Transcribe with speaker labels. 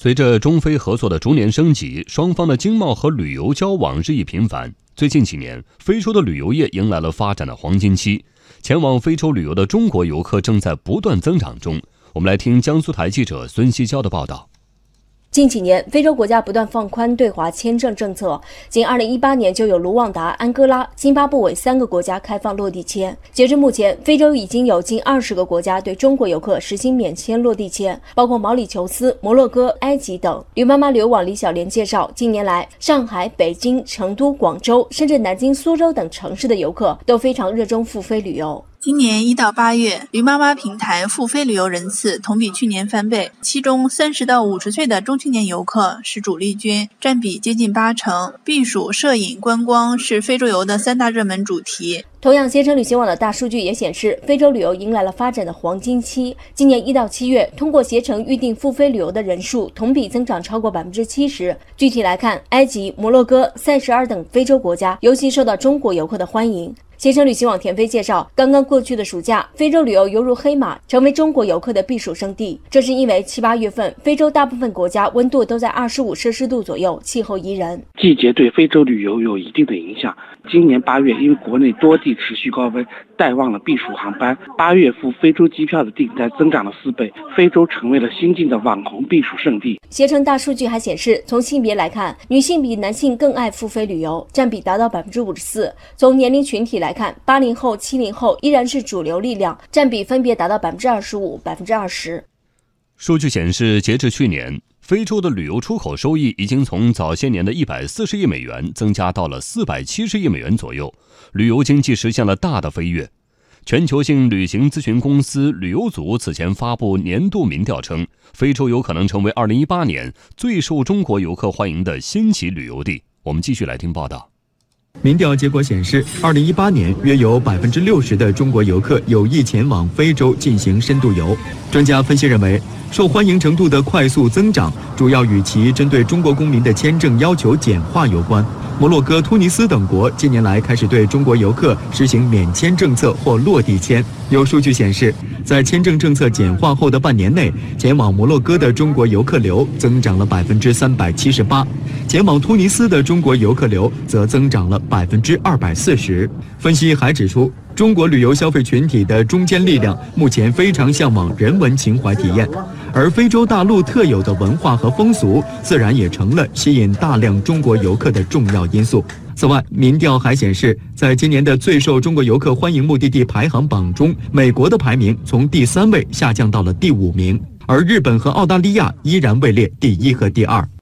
Speaker 1: 随着中非合作的逐年升级，双方的经贸和旅游交往日益频繁。最近几年，非洲的旅游业迎来了发展的黄金期，前往非洲旅游的中国游客正在不断增长中。我们来听江苏台记者孙希娇的报道。
Speaker 2: 近几年，非洲国家不断放宽对华签证政策，仅2018年就有卢旺达、安哥拉、津巴布韦3个国家开放落地签。截至目前，非洲已经有近20个国家对中国游客实行免签落地签，包括毛里求斯、摩洛哥、埃及等。驴妈妈流网李小莲介绍，近年来，上海、北京、成都、广州，甚至南京、苏州等城市的游客都非常热衷赴非旅游。
Speaker 3: 今年1到8月，驴妈妈平台赴非旅游人次同比去年翻倍，其中30到50岁的中青年游客是主力军，占比接近80%。避暑、摄影、观光是非洲游的3大热门主题。
Speaker 2: 同样，携程旅行网的大数据也显示，非洲旅游迎来了发展的黄金期。今年1到7月，通过携程预订赴非旅游的人数同比增长超过70%。具体来看，埃及、摩洛哥、塞舌尔等非洲国家尤其受到中国游客的欢迎。携程旅行网田飞介绍，刚刚过去的暑假，非洲旅游犹如黑马，成为中国游客的避暑胜地。这是因为7、8月份，非洲大部分国家温度都在25摄氏度左右，气候宜人。
Speaker 4: 季节对非洲旅游有一定的影响。今年8月，因为国内多地持续高温，带旺了避暑航班，8月赴非洲机票的订单增长了4倍，非洲成为了新晋的网红避暑胜地。
Speaker 2: 携程大数据还显示，从性别来看，女性比男性更爱赴非旅游，占比达到54%。从年龄群体来看，80后、70后依然是主流力量，占比分别达到25%、20%。
Speaker 1: 数据显示，截至去年，非洲的旅游出口收益已经从早些年的140亿美元增加到了470亿美元左右，旅游经济实现了大的飞跃。全球性旅行咨询公司旅游组此前发布年度民调称，非洲有可能成为2018年最受中国游客欢迎的新奇旅游地。我们继续来听报道。
Speaker 5: 民调结果显示，2018年约有60%的中国游客有意前往非洲进行深度游。专家分析认为，受欢迎程度的快速增长，主要与其针对中国公民的签证要求简化有关。摩洛哥、突尼斯等国近年来开始对中国游客实行免签政策或落地签。有数据显示，在签证政策简化后的半年内，前往摩洛哥的中国游客流增长了378%，前往突尼斯的中国游客流则增长了240%。分析还指出，中国旅游消费群体的中坚力量目前非常向往人文情怀体验，而非洲大陆特有的文化和风俗自然也成了吸引大量中国游客的重要因素。此外，民调还显示，在今年的最受中国游客欢迎目的地排行榜中，美国的排名从第3位下降到了第5名，而日本和澳大利亚依然位列第1和第2。